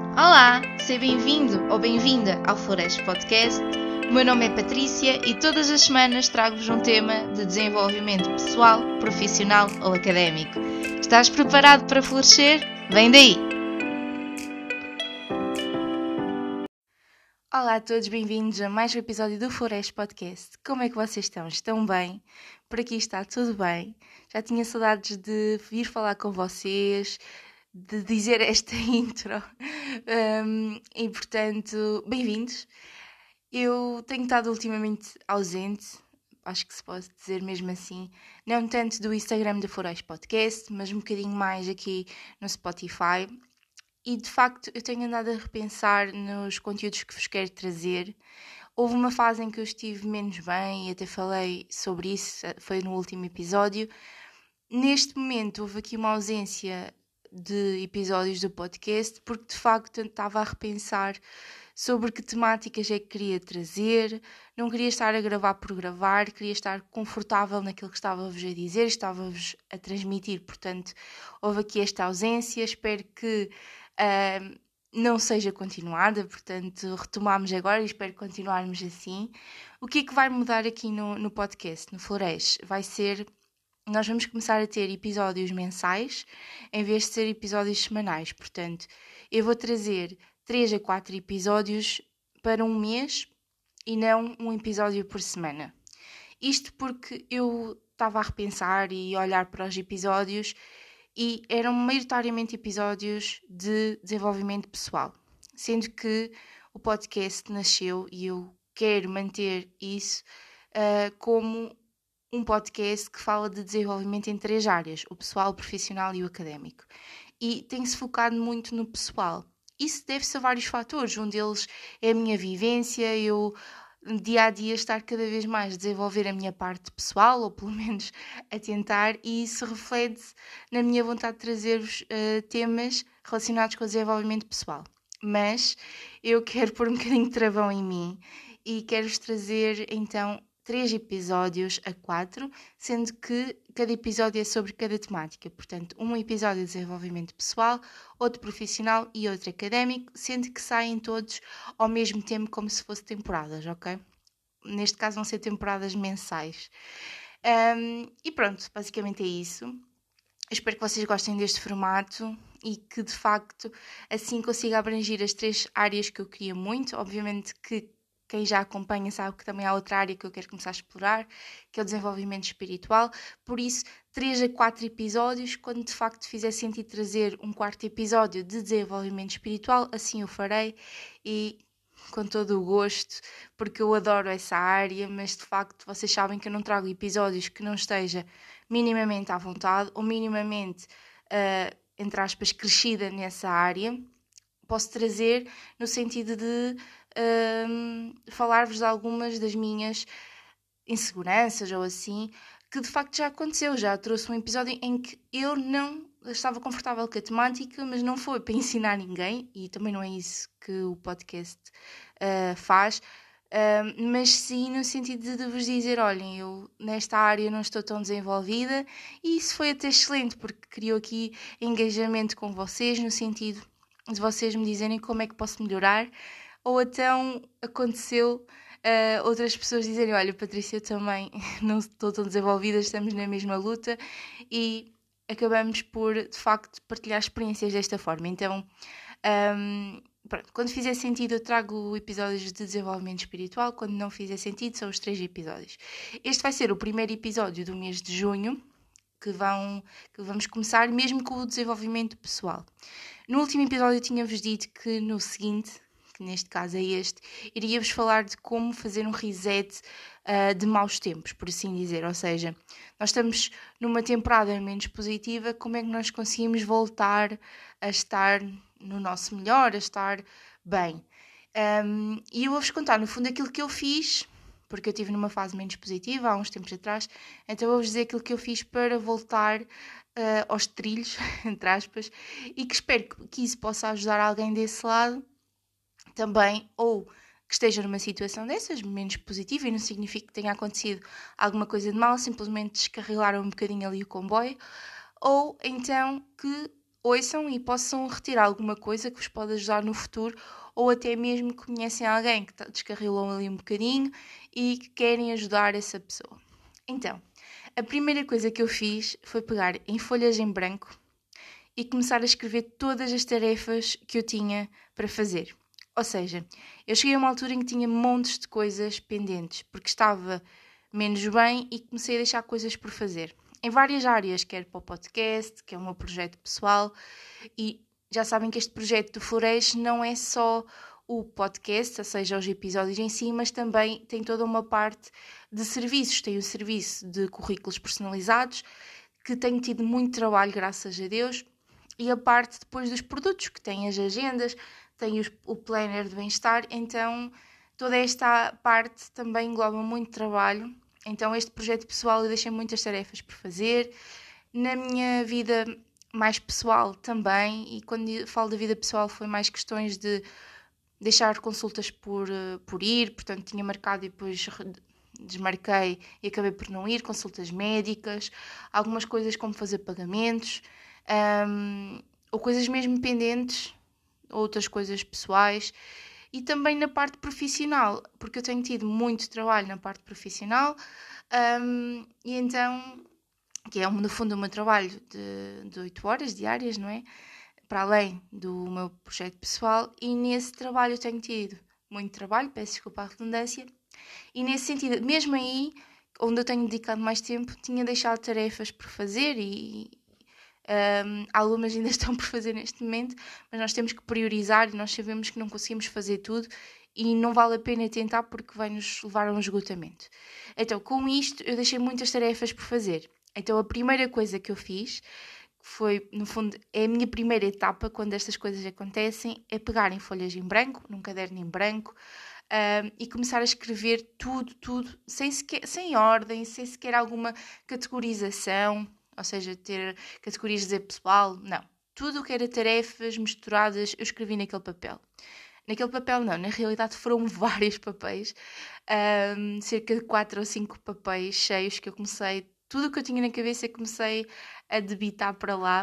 Olá, seja bem-vindo ou bem-vinda ao Floresta Podcast. O meu nome é Patrícia e todas as semanas trago-vos um tema de desenvolvimento pessoal, profissional ou académico. Estás preparado para florescer? Vem daí! Olá a todos, bem-vindos a mais um episódio do Floresta Podcast. Como é que vocês estão? Estão bem? Por aqui está tudo bem. Já tinha saudades de vir falar com vocês, de dizer esta intro e portanto, bem-vindos. Eu tenho estado ultimamente ausente, acho que se pode dizer mesmo assim, não tanto do Instagram da Floresta Podcast, mas um bocadinho mais aqui no Spotify. E de facto eu tenho andado a repensar nos conteúdos que vos quero trazer. Houve uma fase em que eu estive menos bem e até falei sobre isso, foi no último episódio. Neste momento houve aqui uma ausência de episódios do podcast porque de facto eu estava a repensar sobre que temáticas é que queria trazer, não queria estar a gravar por gravar, queria estar confortável naquilo que estava-vos a dizer, estava-vos a transmitir, portanto houve aqui esta ausência, espero que não seja continuada, portanto retomamos agora e espero continuarmos assim. O que é que vai mudar aqui no podcast, no Flores? Vai ser... Nós vamos começar a ter episódios mensais em vez de ser episódios semanais. Portanto, eu vou trazer 3 a 4 episódios para um mês e não um episódio por semana. Isto porque eu estava a repensar e a olhar para os episódios e eram maioritariamente episódios de desenvolvimento pessoal. Sendo que o podcast nasceu e eu quero manter isso como um podcast que fala de desenvolvimento em 3 áreas, o pessoal, o profissional e o académico. E tem-se focado muito no pessoal. Isso deve-se a vários fatores. Um deles é a minha vivência, eu dia a dia estar cada vez mais a desenvolver a minha parte pessoal, ou pelo menos a tentar, e isso reflete na minha vontade de trazer-vos temas relacionados com o desenvolvimento pessoal. Mas eu quero pôr um bocadinho de travão em mim e quero-vos trazer então 3 episódios a 4, sendo que cada episódio é sobre cada temática. Portanto, um episódio de desenvolvimento pessoal, outro profissional e outro académico, sendo que saem todos ao mesmo tempo como se fossem temporadas, ok? Neste caso vão ser temporadas mensais. E pronto, basicamente é isso. Eu espero que vocês gostem deste formato e que de facto assim consiga abranger as 3 áreas que eu queria muito. Obviamente que quem já acompanha sabe que também há outra área que eu quero começar a explorar, que é o desenvolvimento espiritual. Por isso, 3 a 4 episódios. Quando de facto fizer sentido trazer um 4º episódio de desenvolvimento espiritual, assim o farei e com todo o gosto, porque eu adoro essa área, mas de facto vocês sabem que eu não trago episódios que não esteja minimamente à vontade ou minimamente, entre aspas, crescida nessa área. Posso trazer no sentido de falar-vos de algumas das minhas inseguranças ou assim, que de facto já aconteceu. Já trouxe um episódio em que eu não estava confortável com a temática, mas não foi para ensinar ninguém, e também não é isso que o podcast faz, mas sim no sentido de vos dizer, olhem, eu nesta área não estou tão desenvolvida, e isso foi até excelente, porque criou aqui engajamento com vocês, no sentido de vocês me dizerem como é que posso melhorar, ou então aconteceu outras pessoas dizerem, olha, Patrícia, eu também não estou tão desenvolvida, estamos na mesma luta, e acabamos por, de facto, partilhar experiências desta forma. Então, pronto, quando fizer sentido eu trago episódios de desenvolvimento espiritual, quando não fizer sentido são os 3 episódios. Este vai ser o primeiro episódio do mês de junho, que vamos começar mesmo com o desenvolvimento pessoal. No último episódio eu tinha-vos dito que no seguinte, que neste caso é este, iria-vos falar de como fazer um reset de maus tempos, por assim dizer. Ou seja, nós estamos numa temporada menos positiva, como é que nós conseguimos voltar a estar no nosso melhor, a estar bem. E eu vou-vos contar, no fundo, aquilo que eu fiz, porque eu estive numa fase menos positiva há uns tempos atrás, então eu vou-vos dizer aquilo que eu fiz para voltar aos trilhos, entre aspas, e que espero que isso possa ajudar alguém desse lado também, ou que esteja numa situação dessas, menos positiva, e não significa que tenha acontecido alguma coisa de mal, simplesmente descarrilaram um bocadinho ali o comboio, ou então que ouçam e possam retirar alguma coisa que vos pode ajudar no futuro, ou até mesmo conhecem alguém que descarrilou ali um bocadinho e que querem ajudar essa pessoa. Então, a primeira coisa que eu fiz foi pegar em folhas em branco e começar a escrever todas as tarefas que eu tinha para fazer. Ou seja, eu cheguei a uma altura em que tinha montes de coisas pendentes, porque estava menos bem e comecei a deixar coisas por fazer. Em várias áreas, quer para o podcast, que é o meu projeto pessoal, e já sabem que este projeto do Floresce não é só o podcast, ou seja, os episódios em si, mas também tem toda uma parte de serviços. Tem o serviço de currículos personalizados, que tenho tido muito trabalho, graças a Deus, e a parte depois dos produtos, que tem as agendas, tem o planner de bem-estar, então toda esta parte também engloba muito trabalho. Então este projeto pessoal eu deixei muitas tarefas por fazer. Na minha vida mais pessoal também, e quando falo da vida pessoal foi mais questões de deixar consultas por ir, portanto tinha marcado e depois desmarquei e acabei por não ir, consultas médicas, algumas coisas como fazer pagamentos, ou coisas mesmo pendentes, outras coisas pessoais, e também na parte profissional, porque eu tenho tido muito trabalho na parte profissional, e então, que é no fundo o meu trabalho de 8 horas diárias, não é? Para além do meu projeto pessoal, e nesse trabalho eu tenho tido muito trabalho, peço desculpa a redundância, e nesse sentido, mesmo aí, onde eu tenho dedicado mais tempo, tinha deixado tarefas por fazer e algumas ainda estão por fazer neste momento, mas nós temos que priorizar e nós sabemos que não conseguimos fazer tudo e não vale a pena tentar porque vai nos levar a um esgotamento. Então, com isto, eu deixei muitas tarefas por fazer. Então, a primeira coisa que eu fiz foi, no fundo, é a minha primeira etapa quando estas coisas acontecem, é pegar em folhas em branco, num caderno em branco, e começar a escrever tudo, sem ordem, sem sequer alguma categorização, ou seja, ter categorias de dizer pessoal, não. Tudo o que era tarefas misturadas, eu escrevi naquele papel. Naquele papel não, na realidade foram vários papéis, cerca de 4 ou 5 papéis cheios que eu comecei, tudo o que eu tinha na cabeça eu comecei a debitar para lá,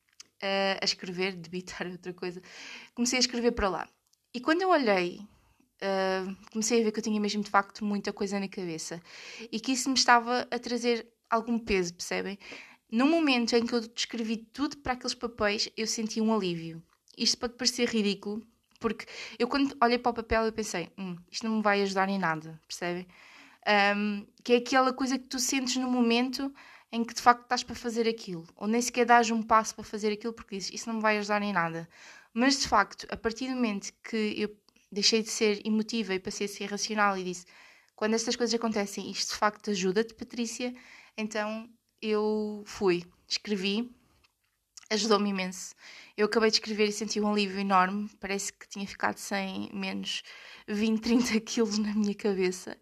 a escrever, debitar é outra coisa, comecei a escrever para lá. E quando eu olhei, comecei a ver que eu tinha mesmo de facto muita coisa na cabeça e que isso me estava a trazer algum peso, percebem? No momento em que eu escrevi tudo para aqueles papéis, eu senti um alívio. Isto pode parecer ridículo, porque eu quando olhei para o papel eu pensei, isto não me vai ajudar em nada, percebem? Que é aquela coisa que tu sentes no momento em que de facto estás para fazer aquilo, ou nem sequer dás um passo para fazer aquilo porque dizes, isso não me vai ajudar em nada. Mas de facto, a partir do momento que eu deixei de ser emotiva e passei a ser racional e disse, quando estas coisas acontecem, isto de facto ajuda-te, Patrícia, então eu escrevi, ajudou-me imenso. Eu acabei de escrever e senti um alívio enorme, parece que tinha ficado sem menos 20, 30 quilos na minha cabeça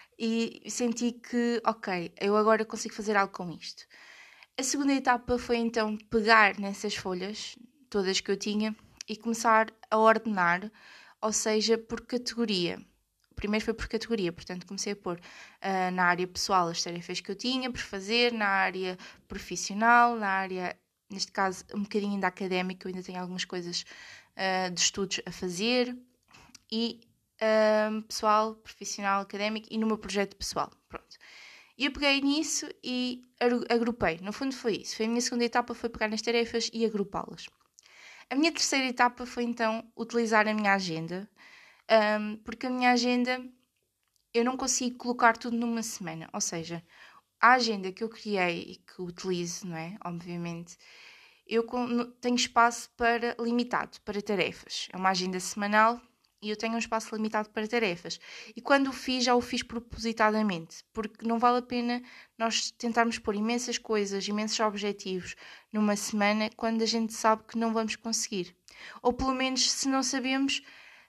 e senti que, ok, eu agora consigo fazer algo com isto. A segunda etapa foi então pegar nessas folhas, todas que eu tinha, e começar a ordenar, ou seja, por categoria. Primeiro foi por categoria, portanto comecei a pôr na área pessoal as tarefas que eu tinha por fazer, na área profissional, na área, neste caso, um bocadinho ainda académica, eu ainda tenho algumas coisas de estudos a fazer, e pessoal, profissional, académico e no meu projeto pessoal. Pronto. E eu peguei nisso e agrupei. No fundo foi isso. Foi a minha segunda etapa, foi pegar nas tarefas e agrupá-las. A minha terceira etapa foi então utilizar a minha agenda, porque a minha agenda eu não consigo colocar tudo numa semana. Ou seja, a agenda que eu criei e que utilizo, não é? Obviamente, eu tenho espaço limitado para tarefas. É uma agenda semanal e eu tenho um espaço limitado para tarefas. E quando o fiz, já o fiz propositadamente, porque não vale a pena nós tentarmos pôr imensas coisas, imensos objetivos numa semana quando a gente sabe que não vamos conseguir. Ou pelo menos, se não sabemos,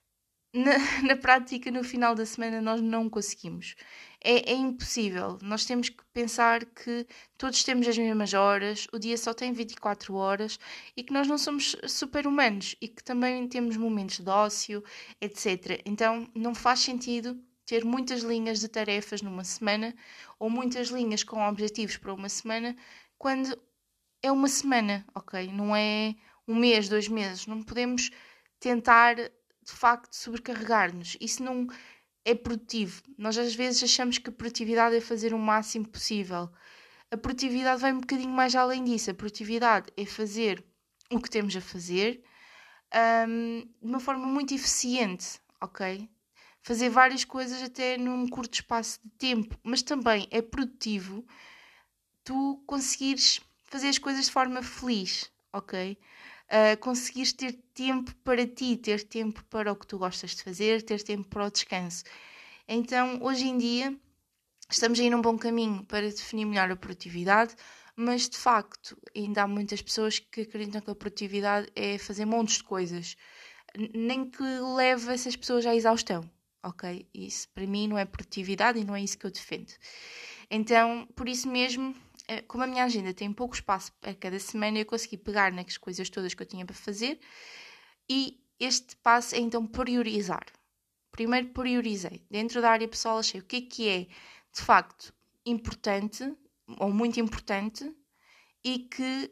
na prática, no final da semana, nós não conseguimos. É impossível. Nós temos que pensar que todos temos as mesmas horas, o dia só tem 24 horas e que nós não somos super-humanos e que também temos momentos de ócio, etc. Então, não faz sentido ter muitas linhas de tarefas numa semana ou muitas linhas com objetivos para uma semana quando é uma semana, ok? Não é um mês, 2 meses. Não podemos tentar, de facto, sobrecarregar-nos. Isso não é produtivo. Nós às vezes achamos que a produtividade é fazer o máximo possível. A produtividade vai um bocadinho mais além disso. A produtividade é fazer o que temos a fazer de uma forma muito eficiente, ok? Fazer várias coisas até num curto espaço de tempo, mas também é produtivo tu conseguires fazer as coisas de forma feliz, ok? Conseguires ter tempo para ti, ter tempo para o que tu gostas de fazer, ter tempo para o descanso. Então, hoje em dia, estamos aí num bom caminho para definir melhor a produtividade, mas de facto ainda há muitas pessoas que acreditam que a produtividade é fazer montes de coisas, nem que leve essas pessoas à exaustão, ok? Isso para mim não é produtividade e não é isso que eu defendo. Então, por isso mesmo, como a minha agenda tem pouco espaço a cada semana, eu consegui pegar nas coisas todas que eu tinha para fazer e este passo é então priorizar. Primeiro priorizei. Dentro da área pessoal achei o que é de facto importante ou muito importante e que,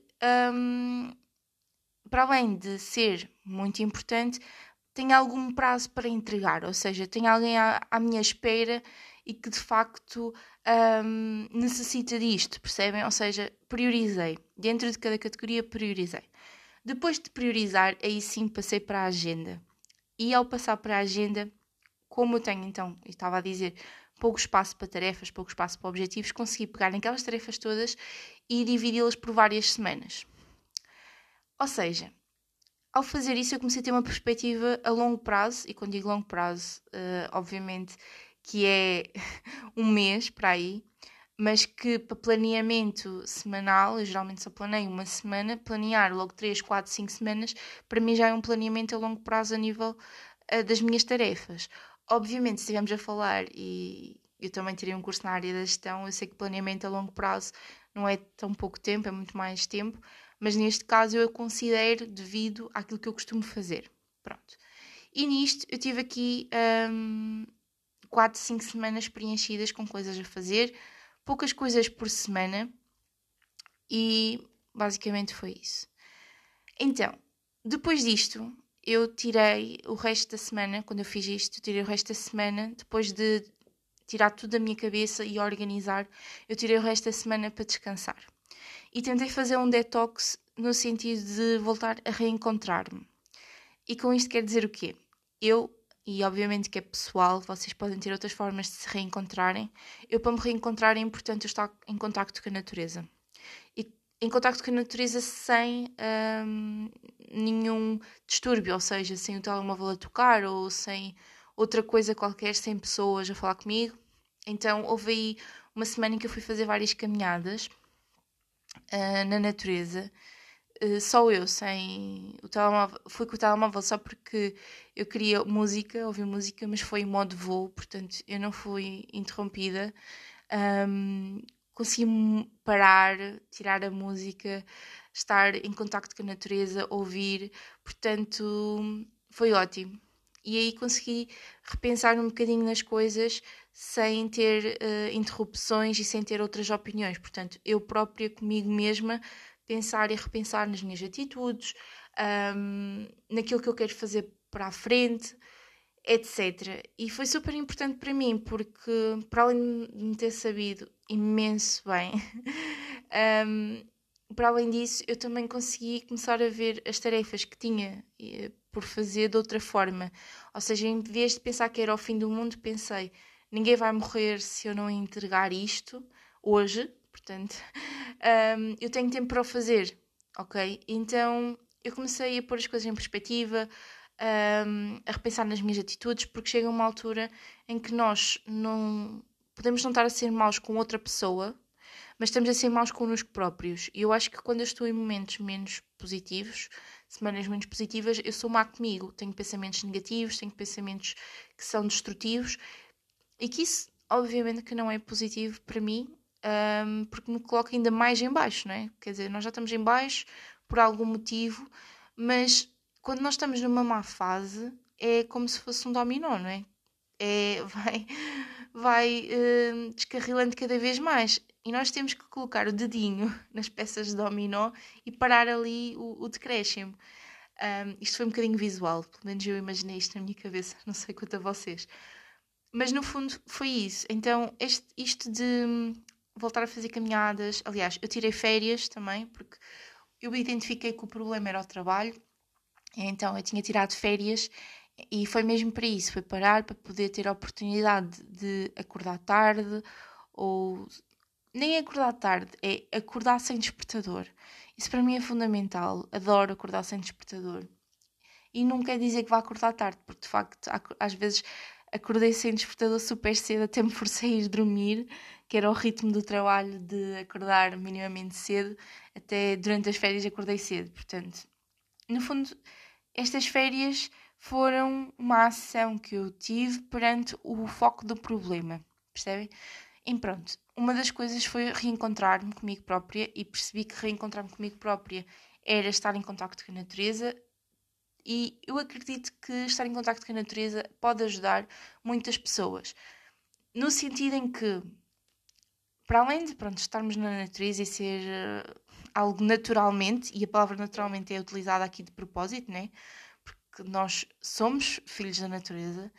para além de ser muito importante, tem algum prazo para entregar, ou seja, tem alguém à minha espera e que de facto necessita disto, percebem? Ou seja, priorizei. Dentro de cada categoria, priorizei. Depois de priorizar, aí sim passei para a agenda. E ao passar para a agenda, como eu tenho então, eu estava a dizer, pouco espaço para tarefas, pouco espaço para objetivos, consegui pegar naquelas tarefas todas e dividi-las por várias semanas. Ou seja, ao fazer isso eu comecei a ter uma perspectiva a longo prazo, e quando digo longo prazo, obviamente que é um mês para aí, mas que para planeamento semanal, eu geralmente só planeio uma semana, planear logo 3, 4, 5 semanas, para mim já é um planeamento a longo prazo a nível das minhas tarefas. Obviamente, se estivermos a falar, e eu também tirei um curso na área da gestão, eu sei que planeamento a longo prazo não é tão pouco tempo, é muito mais tempo, mas neste caso eu considero devido àquilo que eu costumo fazer. Pronto. E nisto eu tive aqui 4, 5 semanas preenchidas com coisas a fazer, poucas coisas por semana e basicamente foi isso. Então, depois disto, eu tirei o resto da semana, quando eu fiz isto, tirei o resto da semana, depois de tirar tudo da minha cabeça e organizar, eu tirei o resto da semana para descansar. E tentei fazer um detox no sentido de voltar a reencontrar-me. E com isto quer dizer o quê? Eu, e obviamente que é pessoal, vocês podem ter outras formas de se reencontrarem. Eu, para me reencontrar, é importante eu estar em contacto com a natureza. E em contacto com a natureza sem nenhum distúrbio, ou seja, sem o telemóvel a tocar ou sem outra coisa qualquer, sem pessoas a falar comigo. Então houve aí uma semana em que eu fui fazer várias caminhadas na natureza, só eu, sem o telemóvel. Fui com o telemóvel só porque eu queria música, ouvir música, mas foi em modo voo, portanto eu não fui interrompida. Consegui parar, tirar a música, estar em contacto com a natureza, ouvir, portanto foi ótimo. E aí consegui repensar um bocadinho nas coisas sem ter interrupções e sem ter outras opiniões. Portanto, eu própria comigo mesma pensar e repensar nas minhas atitudes, naquilo que eu quero fazer para a frente, etc. E foi super importante para mim, porque para além de me ter sabido imenso bem, para além disso, eu também consegui começar a ver as tarefas que tinha por fazer de outra forma. Ou seja, em vez de pensar que era o fim do mundo, pensei, ninguém vai morrer se eu não entregar isto hoje, portanto, eu tenho tempo para o fazer, ok? Então, eu comecei a pôr as coisas em perspectiva, a repensar nas minhas atitudes, porque chega uma altura em que nós não podemos não estar a ser maus com outra pessoa, mas estamos a ser maus connosco próprios. E eu acho que quando eu estou em momentos menos positivos, semanas menos positivas, eu sou má comigo. Tenho pensamentos negativos, tenho pensamentos que são destrutivos e que isso, obviamente, que não é positivo para mim, porque me coloca ainda mais em baixo, não é? Quer dizer, nós já estamos em baixo por algum motivo, mas quando nós estamos numa má fase, é como se fosse um dominó, não é? Vai descarrilando cada vez mais. e nós temos que colocar o dedinho nas peças de dominó e parar ali o decréscimo. Isto foi um bocadinho visual, pelo menos eu imaginei isto na minha cabeça, não sei quanto a vocês. Mas no fundo foi isso. Então isto de voltar a fazer caminhadas, aliás, eu tirei férias também, porque eu identifiquei que o problema era o trabalho, então eu tinha tirado férias e foi mesmo para isso, foi parar para poder ter a oportunidade de acordar tarde ou nem acordar tarde, é acordar sem despertador. Isso para mim é fundamental. Adoro acordar sem despertador. E não quer dizer que vá acordar tarde, porque de facto às vezes acordei sem despertador super cedo, até me forcei a ir dormir, que era o ritmo do trabalho de acordar minimamente cedo, até durante as férias acordei cedo. Portanto, no fundo, estas férias foram uma ação que eu tive perante o foco do problema, percebem? E pronto, uma das coisas foi reencontrar-me comigo própria e percebi que reencontrar-me comigo própria era estar em contacto com a natureza e eu acredito que estar em contacto com a natureza pode ajudar muitas pessoas. No sentido em que, para além de estarmos na natureza e ser algo naturalmente, e a palavra naturalmente é utilizada aqui de propósito, né? Porque nós somos filhos da natureza,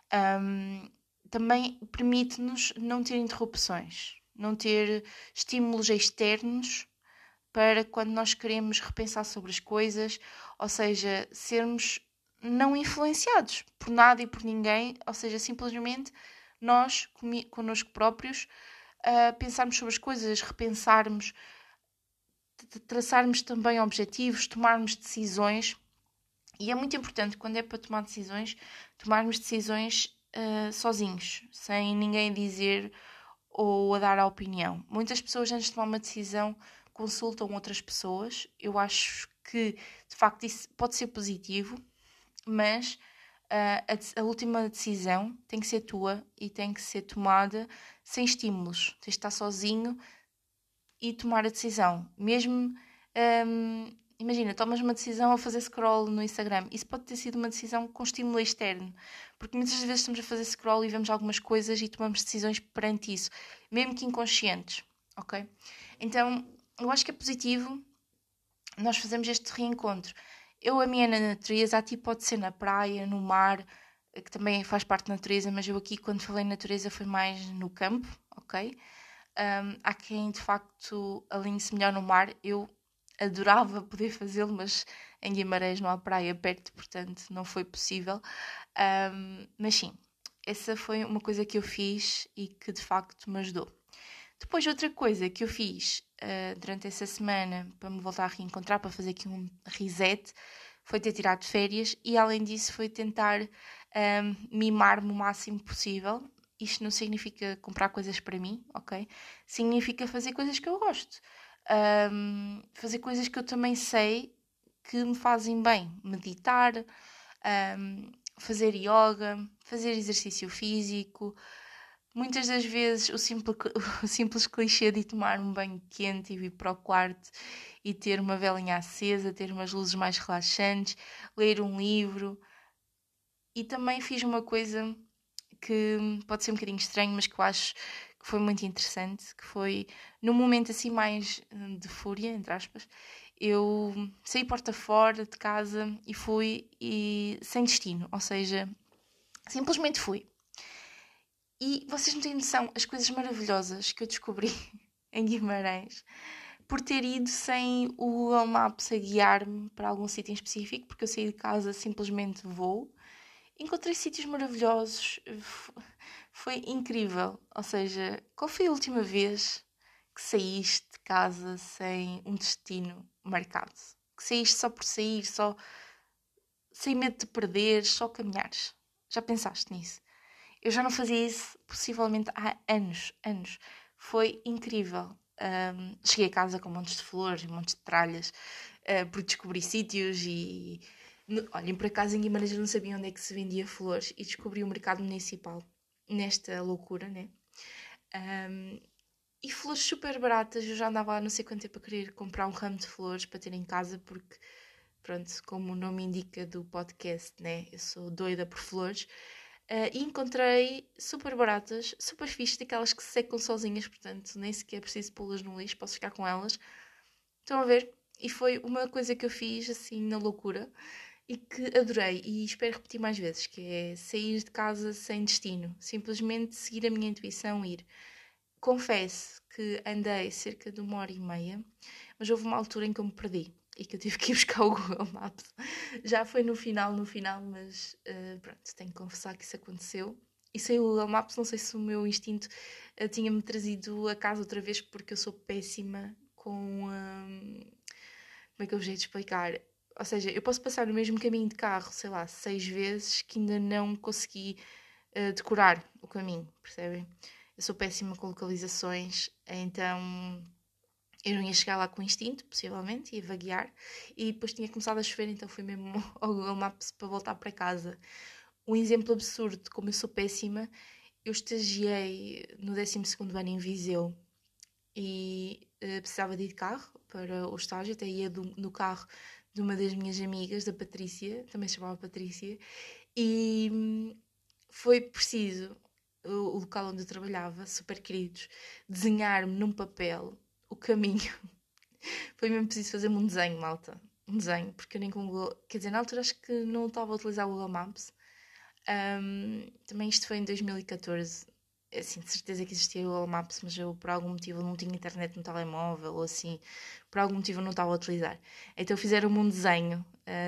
também permite-nos não ter interrupções, não ter estímulos externos para quando nós queremos repensar sobre as coisas, ou seja, sermos não influenciados por nada e por ninguém, ou seja, simplesmente nós, connosco próprios, pensarmos sobre as coisas, repensarmos, traçarmos também objetivos, tomarmos decisões. E é muito importante, quando é para tomar decisões, tomarmos decisões sozinhos, sem ninguém dizer ou a dar a opinião. Muitas pessoas, antes de tomar uma decisão, consultam outras pessoas. Eu acho que, de facto, isso pode ser positivo, mas a última decisão tem que ser tua e tem que ser tomada sem estímulos. Tens de estar sozinho e tomar a decisão. Mesmo, imagina, tomas uma decisão a fazer scroll no Instagram. Isso pode ter sido uma decisão com estímulo externo. Porque muitas vezes estamos a fazer scroll e vemos algumas coisas e tomamos decisões perante isso. Mesmo que inconscientes, ok? Então, eu acho que é positivo nós fazemos este reencontro. Eu, a minha na natureza, a ti pode ser na praia, no mar, que também faz parte da natureza, mas eu aqui, quando falei natureza, foi mais no campo, ok? Há quem, de facto, alinhe-se melhor no mar. Eu adorava poder fazê-lo, mas em Guimarães não há praia perto, portanto não foi possível. Mas sim, essa foi uma coisa que eu fiz e que, de facto, me ajudou. Depois, outra coisa que eu fiz durante essa semana para me voltar a reencontrar, para fazer aqui um reset, foi ter tirado férias e, além disso, foi tentar mimar-me o máximo possível. Isto não significa comprar coisas para mim, ok? Significa fazer coisas que eu gosto. Fazer coisas que eu também sei que me fazem bem. Meditar, fazer yoga, fazer exercício físico. Muitas das vezes o simples clichê de tomar um banho quente e vir para o quarto e ter uma velinha acesa, ter umas luzes mais relaxantes, ler um livro. E também fiz uma coisa que pode ser um bocadinho estranho, mas que eu acho que foi muito interessante, que foi, num momento assim mais de fúria, entre aspas, eu saí porta fora de casa e fui sem destino, ou seja, simplesmente fui. E vocês não têm noção as coisas maravilhosas que eu descobri em Guimarães por ter ido sem o Google Maps a guiar-me para algum sítio em específico, porque eu saí de casa simplesmente vou. Encontrei sítios maravilhosos, foi incrível. Ou seja, qual foi a última vez que saíste de casa sem um destino marcado? Que saíste só por sair, só sem medo de perder, só caminhares? Já pensaste nisso? Eu já não fazia isso possivelmente há anos. Foi incrível. Cheguei a casa com montes de flores, montes de tralhas, porque descobri sítios e... Olhem, por acaso em Guimarães eu não sabia onde é que se vendia flores e descobri o mercado municipal nesta loucura, né? E flores super baratas. Eu já andava há não sei quanto tempo a querer comprar um ramo de flores para ter em casa porque, pronto, como o nome indica do podcast, né? Eu sou doida por flores. E encontrei super baratas, super fixe, daquelas que se secam sozinhas, portanto nem sequer preciso pô-las no lixo, posso ficar com elas. Estão a ver? E foi uma coisa que eu fiz assim na loucura e que adorei e espero repetir mais vezes, que é sair de casa sem destino, simplesmente seguir a minha intuição e ir. Confesso que andei cerca de 1h30, mas houve uma altura em que eu me perdi e que eu tive que ir buscar o Google Maps. Já foi no final, mas pronto, tenho que confessar que isso aconteceu. E sem o Google Maps, não sei se o meu instinto tinha-me trazido a casa outra vez, porque eu sou péssima com... como é que eu vos hei de explicar? Ou seja, eu posso passar no mesmo caminho de carro, sei lá, 6 vezes, que ainda não consegui decorar o caminho, percebem? Eu sou péssima com localizações, então eu não ia chegar lá com instinto, possivelmente, ia vaguear. E depois tinha começado a chover, então fui mesmo ao Google Maps para voltar para casa. Um exemplo absurdo de como eu sou péssima, eu estagiei no 12º ano em Viseu e precisava de ir de carro para o estágio, até ia no carro de uma das minhas amigas, da Patrícia, também se chamava Patrícia, e foi preciso, o local onde eu trabalhava, super queridos, desenhar-me num papel o caminho. Foi mesmo preciso fazer-me um desenho, malta. Um desenho, porque eu nem com o Google... Quer dizer, na altura acho que não estava a utilizar o Google Maps. Também isto foi em 2014. Assim, de certeza que existia o Google Maps, mas eu por algum motivo não tinha internet no telemóvel, ou assim, por algum motivo eu não estava a utilizar. Então fizeram-me um desenho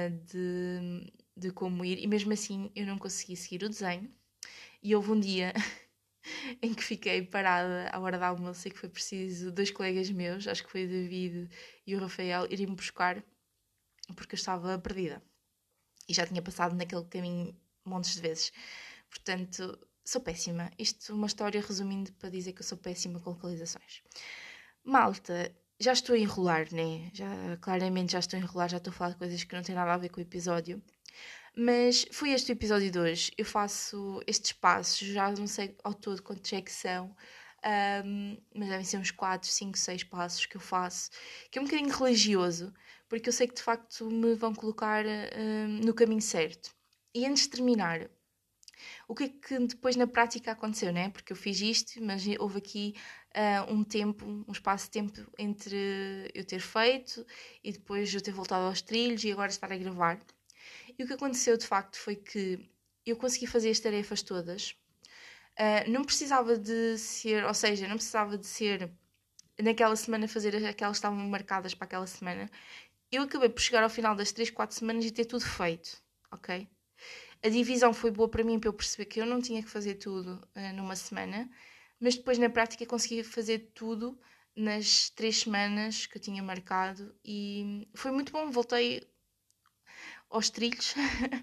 de como ir, e mesmo assim eu não consegui seguir o desenho. E houve um dia em que fiquei parada à hora da almoço e que foi preciso 2 colegas meus, acho que foi o David e o Rafael, irem-me buscar porque eu estava perdida. E já tinha passado naquele caminho montes de vezes. Portanto, sou péssima. Isto é uma história resumindo para dizer que eu sou péssima com localizações. Malta, já estou a enrolar, né? Claramente já estou a enrolar, já estou a falar de coisas que não têm nada a ver com o episódio. Mas foi este o episódio de hoje. Eu faço estes passos, já não sei ao todo quantos é que são, mas devem ser uns 4, 5, 6 passos que eu faço, que é um bocadinho religioso, porque eu sei que de facto me vão colocar no caminho certo. E antes de terminar, o que é que depois na prática aconteceu, né? Porque eu fiz isto, mas houve aqui um espaço de tempo entre eu ter feito e depois eu ter voltado aos trilhos e agora estar a gravar. E o que aconteceu de facto foi que eu consegui fazer as tarefas todas. Não precisava de ser, ou seja, não precisava de ser naquela semana fazer aquelas que estavam marcadas para aquela semana. Eu acabei por chegar ao final das 3, 4 semanas e ter tudo feito, ok? A divisão foi boa para mim, para eu perceber que eu não tinha que fazer tudo numa semana, mas depois na prática consegui fazer tudo nas 3 semanas que eu tinha marcado e foi muito bom. Voltei aos trilhos,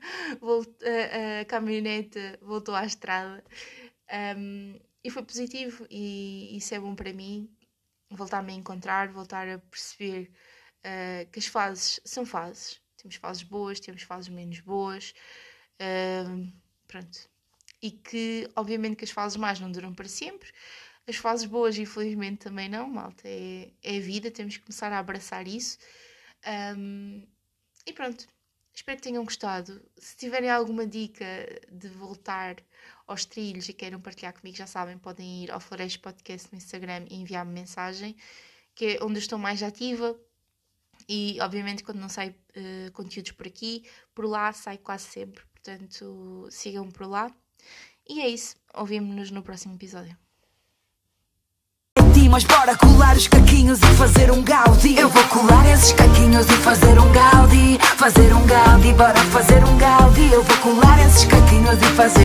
a caminhonete voltou à estrada e foi positivo e isso é bom para mim, voltar-me a encontrar, voltar a perceber que as fases são fases, temos fases boas, temos fases menos boas, pronto, e que obviamente que as fases más não duram para sempre, as fases boas infelizmente também não, malta, é a vida, temos que começar a abraçar isso e pronto. Espero que tenham gostado. Se tiverem alguma dica de voltar aos trilhos e queiram partilhar comigo, já sabem, podem ir ao Floresta Podcast no Instagram e enviar-me mensagem, que é onde eu estou mais ativa. E, obviamente, quando não sai conteúdos por lá sai quase sempre. Portanto, sigam-me por lá. E é isso. Ouvimos-nos no próximo episódio. Mas bora colar os caquinhos e fazer um gaudi. Eu vou colar esses caquinhos e fazer um gaudi. Fazer um gaudi, bora fazer um gaudi. Eu vou colar esses caquinhos e fazer